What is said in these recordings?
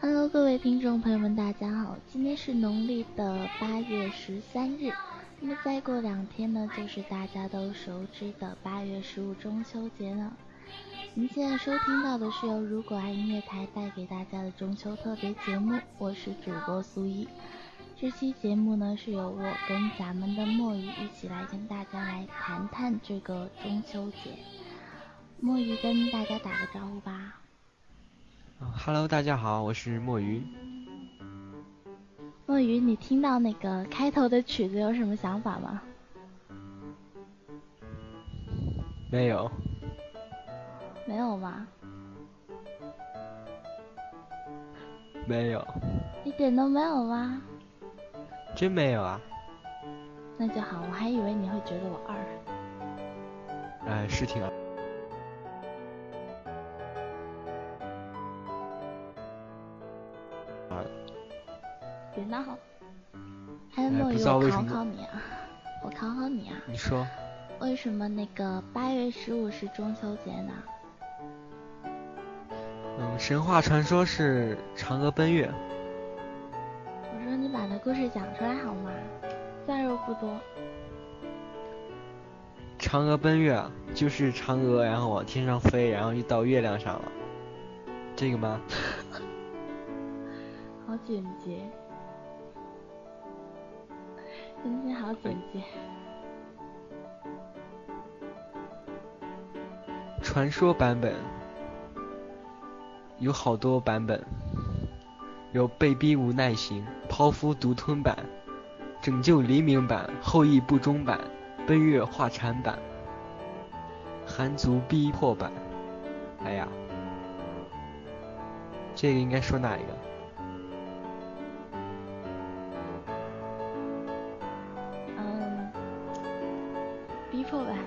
Hello，各位听众朋友们，大家好！今天是农历的8月13日，那么再过2天呢，就是大家都熟知的8月15中秋节了。您现在收听到的是由如果爱音乐台带给大家的中秋特别节目，我是主播苏一。这期节目呢，是由我跟咱们的墨鱼一起来跟大家来谈谈这个中秋节。墨鱼跟大家打个招呼吧。 Hello， 大家好，我是墨鱼。 墨鱼，你听到那个开头的曲子有什么想法吗？ 没有。 没有吗？ 没有。 一点都没有吗？ 真没有啊。 那就好，我还以为你会觉得我二。是挺二。 别闹。哎，墨鱼，我考考你啊！我考考你啊！ 你说。 为什么那个8月15是中秋节呢？ 神话传说是嫦娥奔月。 我说你把那故事讲出来好吗？字肉不多。 嫦娥奔月就是嫦娥然后往天上飞，然后就到月亮上了，这个吗？ 好简洁，真是好简洁。 传说版本有好多版本，有被逼无奈型、剖腹独吞版、拯救黎明版、后羿不忠版、奔月化禅版、韩族逼迫版。哎呀，这个应该说哪一个？ 逼迫版。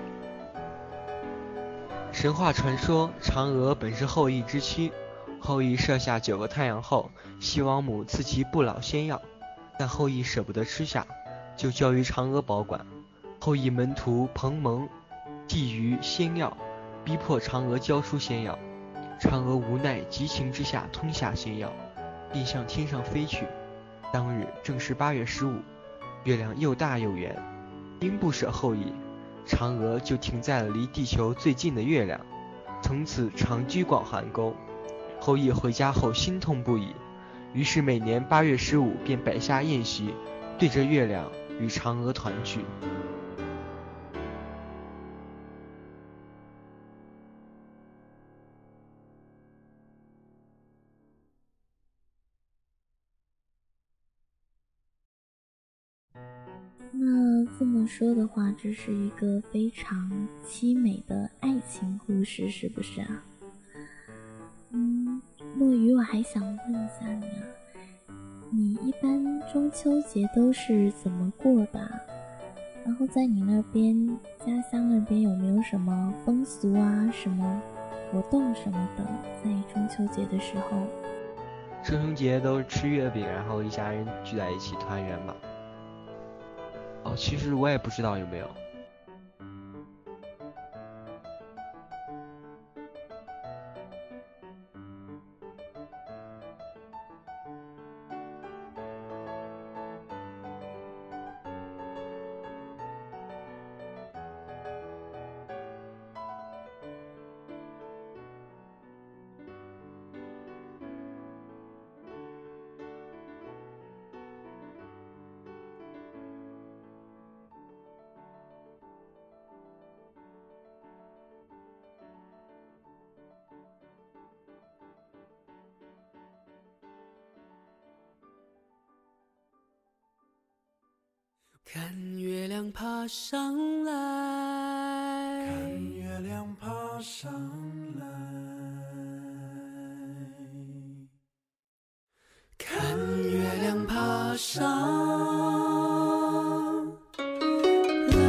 神话传说，嫦娥本是后羿之妻，后羿射下9个太阳后，西王母赐其不老仙药，但后羿舍不得吃下，就交于嫦娥保管。后羿门徒彭蒙觊觎仙药，逼迫嫦娥交出仙药，嫦娥无奈急情之下吞下仙药，并向天上飞去。当日正是8月15，月亮又大又圆，因不舍后羿，嫦娥就停在了离地球最近的月亮，从此长居广寒宫。后羿回家后心痛不已，于是每年8月15便摆下宴席，对着月亮与嫦娥团聚。 那这么说的话，这是一个非常凄美的爱情故事，是不是啊？墨鱼，我还想问一下你啊，你一般中秋节都是怎么过的？然后在你那边家乡那边有没有什么风俗啊，什么活动什么的，在中秋节的时候？ 中秋节都是吃月饼，然后一家人聚在一起团圆吧。其实我也不知道有没有。 看月亮爬上来， 看月亮爬上来， 看月亮爬上来。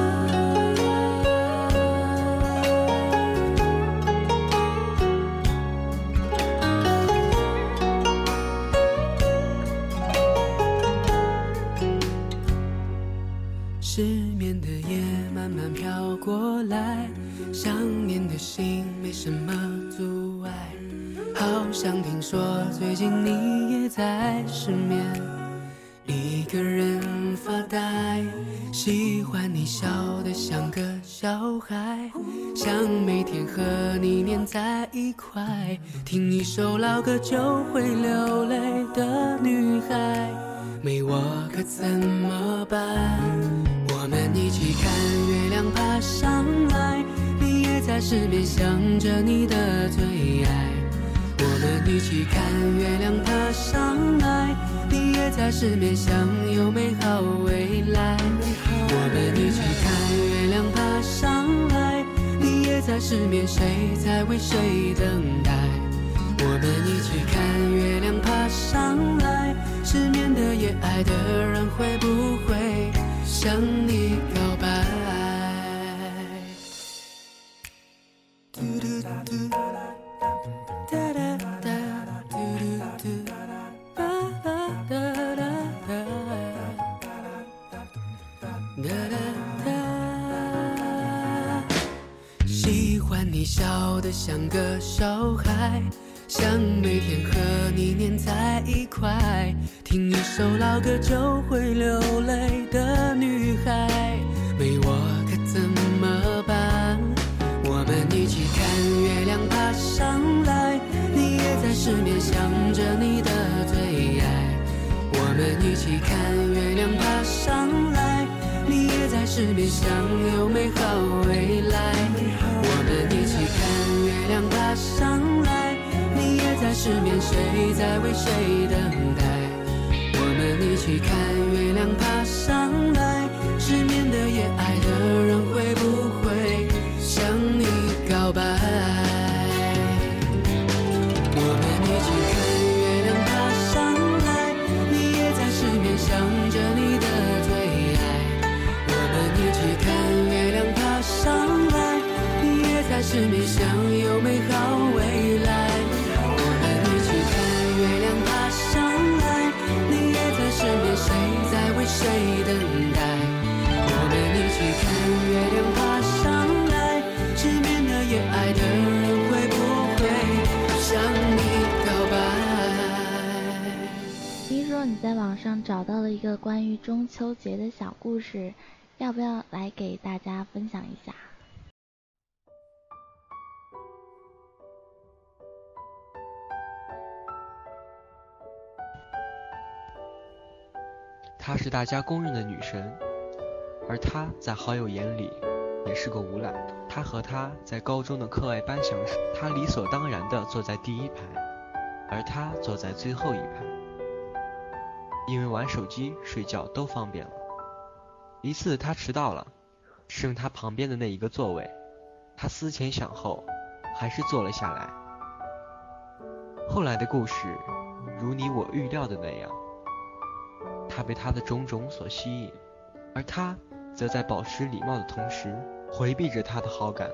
失眠的夜慢慢飘过来，想念的心没什么阻碍， 好像听说最近你也在失眠，一个人发呆，喜欢你笑得像个小孩，想每天和你黏在一块，听一首老歌就会流泪的女孩，没我可怎么办？我们一起看月亮爬上来，你也在失眠想着你的最爱，我们一起看月亮爬上来，你也在失眠想有美好未来，我们一起看月亮爬上来，你也在失眠谁在为谁等待，我们一起看月亮爬上来，失眠的也爱的人会不会向你告白？喜欢你笑得像个小孩，想每天和你黏在一块，听一首老歌就会流泪的女孩，没我可怎么办？我们一起看月亮爬上来，你也在失眠想着你的最爱，我们一起看月亮爬上来，你也在失眠想有美好未来，我们一起看月亮爬上来，你也在失眠谁在为谁等待，我们一起看月亮爬上来，失眠的也爱的人会不会向你告白？我们一起看月亮爬上来，你也在失眠想着你的最爱，我们一起看月亮爬上来，你也在失眠想有美好未来，我们一起看月亮爬上来，你也在失眠谁在为谁等待，我们一起看月亮爬上来，失眠的也爱的人会不会向你告白？ 听说你在网上找到了一个关于中秋节的小故事，要不要来给大家分享一下？ 她是大家公认的女神，而她在好友眼里也是个无赖。她和她在高中的课外班相识，她理所当然地坐在第一排，而她坐在最后一排，因为玩手机睡觉都方便了。一次她迟到了，剩她旁边的那一个座位，她思前想后还是坐了下来。后来的故事如你我预料的那样，他被他的种种所吸引，而他则在保持礼貌的同时回避着他的好感。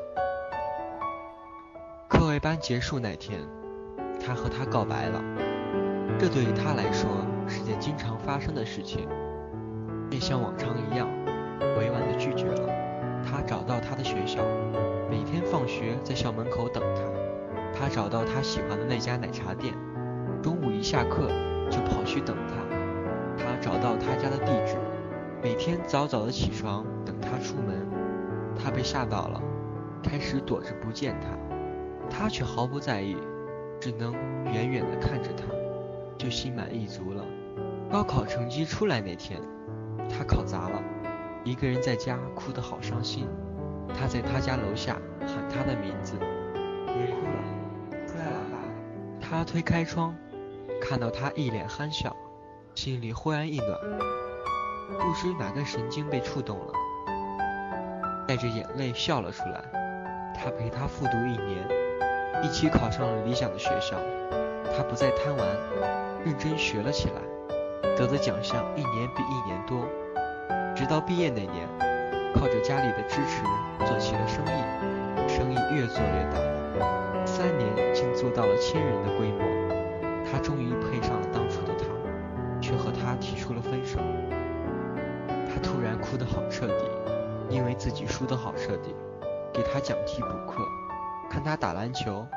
课外班结束那天，他和他告白了，这对于他来说是件经常发生的事情，也像往常一样委婉地拒绝了。他找到他的学校，每天放学在校门口等他。他找到他喜欢的那家奶茶店，中午一下课就跑去等他。他找到他家的地址，每天早早的起床等他出门。他被吓到了，开始躲着不见他，他却毫不在意，只能远远地看着他，就心满意足了。高考成绩出来那天，他考砸了，一个人在家哭得好伤心。他在他家楼下喊他的名字，别哭了，出来了吧。他推开窗，看到他一脸憨笑，心里忽然一暖，不知哪根神经被触动了，带着眼泪笑了出来。他陪他复读1年，一起考上了理想的学校。他不再贪玩，认真学了起来，得的奖项1年比1年多。直到毕业那年，靠着家里的支持做起了生意，生意越做越大，3年竟做到了1000人的规模。他终于配上了当初的他，却和他提出了分手。他突然哭得好彻底，因为自己输得好彻底，给他讲题补课，看他打篮球，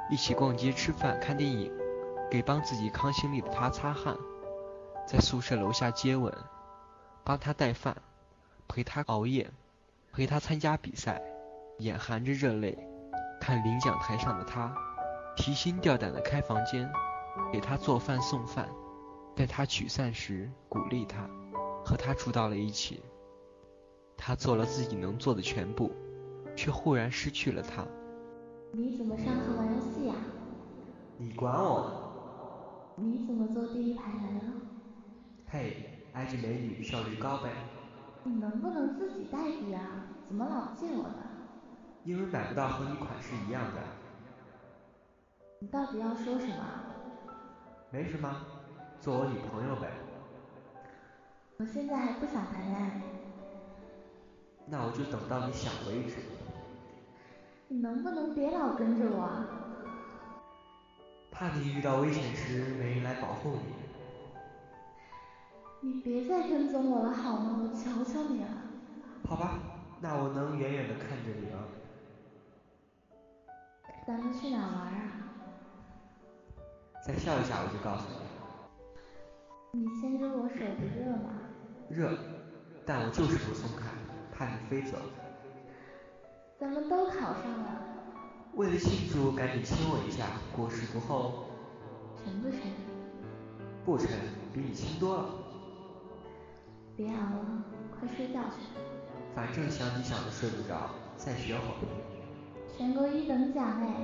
一起逛街吃饭看电影，给帮自己扛行李的他擦汗，在宿舍楼下接吻，帮他带饭，陪他熬夜，陪他参加比赛，眼含着热泪看领奖台上的他，提心吊胆地开房间，给他做饭送饭，在他沮丧时鼓励他，和他住到了一起。他做了自己能做的全部，却忽然失去了他。 你怎么上课玩游戏呀？ 你管我呢？ 你怎么坐第一排来了？ 嘿，挨着美女效率高呗。 你能不能自己带笔啊？怎么老借我的？ 因为买不到和你款式一样的。 你到底要说什么？ 没什么，做我女朋友呗。 我现在还不想谈恋爱。 那我就等到你想为止。 你能不能别老跟着我啊？ 怕你遇到危险时没人来保护你。 你别再跟踪我了好吗？我求求你了。 好吧，那我能远远地看着你了。 咱们去哪玩啊？ 再笑一下我就告诉你牵着我手不热吗？ 热，但我就是不松开，怕你飞走。 咱们都考上了。 为了庆祝，赶紧亲我一下，过时不候。 成不成？ 不成，比你轻多了。 别熬了，快睡觉去。 反正想你想的睡不着，再学会儿。 全国1等奖哎。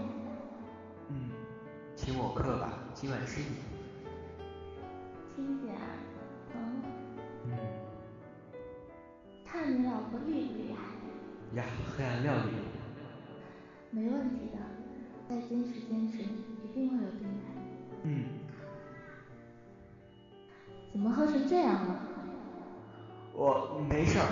请我课吧，今晚是你。 轻点，看你老婆厉不厉害？ 呀，黑暗料理。 没问题的，再坚持坚持，一定会有进展。怎么喝成这样了？ 我没事儿。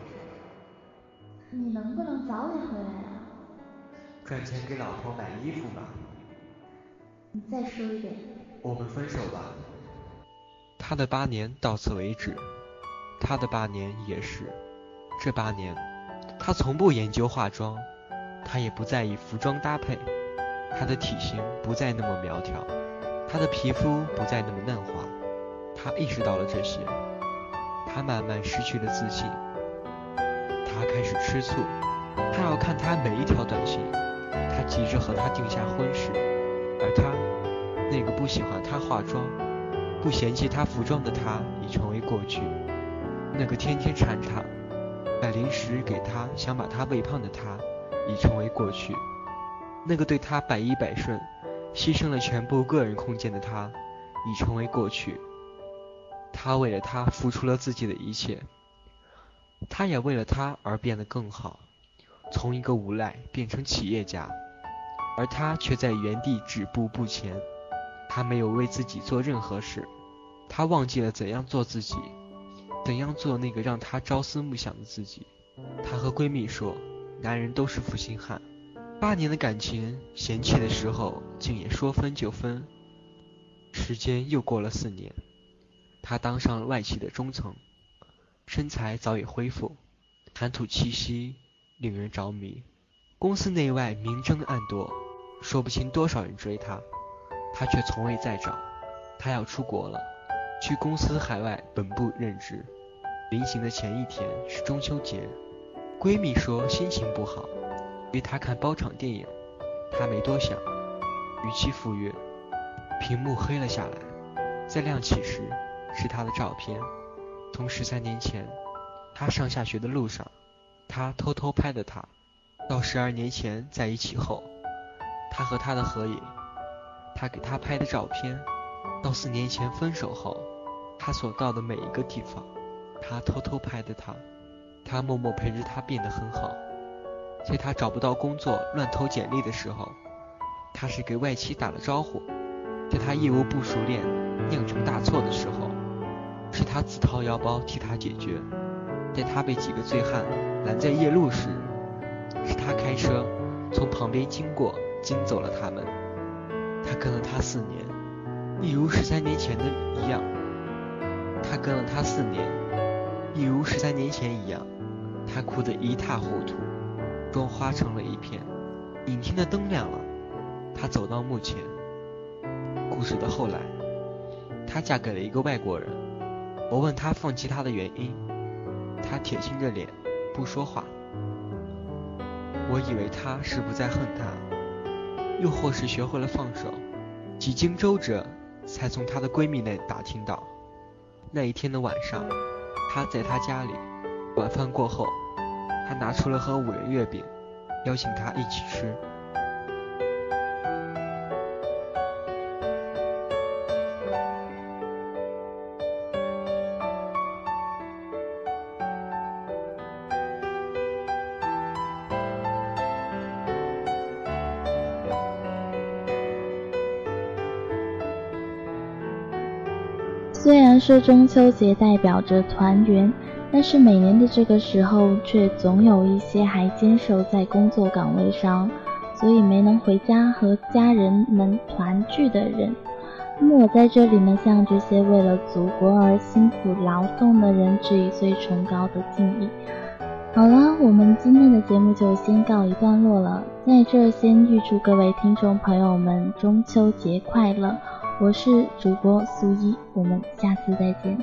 你能不能早点回来啊？ 赚钱给老婆买衣服嘛。 你再说一遍。 我们分手吧。他的8年到此为止，他的8年也是。这8年，他从不研究化妆，他也不在意服装搭配，他的体型不再那么苗条，他的皮肤不再那么嫩滑。他意识到了这些，他慢慢失去了自信，他开始吃醋，他要看他每一条短信，他急着和他定下婚事，而他，那个不喜欢他化妆，不嫌弃他服装的他，已成为过去。那个天天缠他，买零食给他，想把他喂胖的他，已成为过去。那个对他百依百顺，牺牲了全部个人空间的他，已成为过去。他为了他付出了自己的一切，他也为了他而变得更好，从一个无赖变成企业家，而他却在原地止步不前。他没有为自己做任何事，他忘记了怎样做自己，怎样做那个让他朝思暮想的自己。她和闺蜜说，男人都是负心汉。8年的感情，嫌弃的时候竟也说分就分。时间又过了4年，他当上了外企的中层，身材早已恢复，谈吐气息令人着迷。公司内外明争暗夺，说不清多少人追他，他却从未再找。他要出国了，去公司海外本部任职。临行的前一天是中秋节，闺蜜说心情不好，约她看包场电影。她没多想，语气赴约。屏幕黑了下来，再亮起时是她的照片，从13年前她上下学的路上，她偷偷拍的她，到12年前在一起后，她和她的合影，她给她拍的照片，到4年前分手后，她所到的每一个地方，她偷偷拍的她，她默默陪着她变得很好。在她找不到工作乱投简历的时候，她是给外企打了招呼。在她业务不熟练酿成大错的时候，是她自掏腰包替她解决。在她被几个醉汉拦在夜路时，是她开车从旁边经过，惊走了他们。她跟了他4年，一如13年前的一样。她跟了他4年，一如13年前一样。她哭得一塌糊涂，妆花成了一片。影厅的灯亮了， 她走到墓前。故事的后来，她嫁给了一个外国人。我问她放弃他的原因，她铁青着脸不说话。我以为她是不再恨他，又或是学会了放手。几经周折，才从她的闺蜜那打听到，那一天的晚上，她在她家里，晚饭过后，她拿出了盒5元月饼，邀请她一起吃。 虽然说中秋节代表着团圆，但是每年的这个时候却总有一些还坚守在工作岗位上，所以没能回家和家人们团聚的人。那么我在这里呢，向这些为了祖国而辛苦劳动的人致以最崇高的敬意。好了，我们今天的节目就先告一段落了，在这先预祝各位听众朋友们中秋节快乐。我是主播苏一，我们下次再见。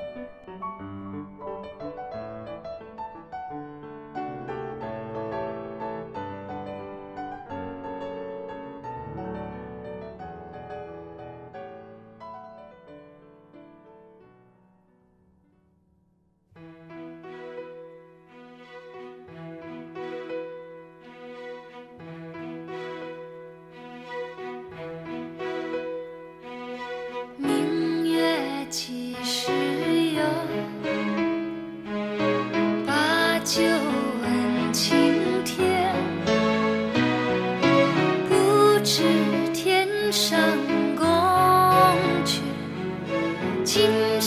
其实有把酒问青天，不知天上宫阙，今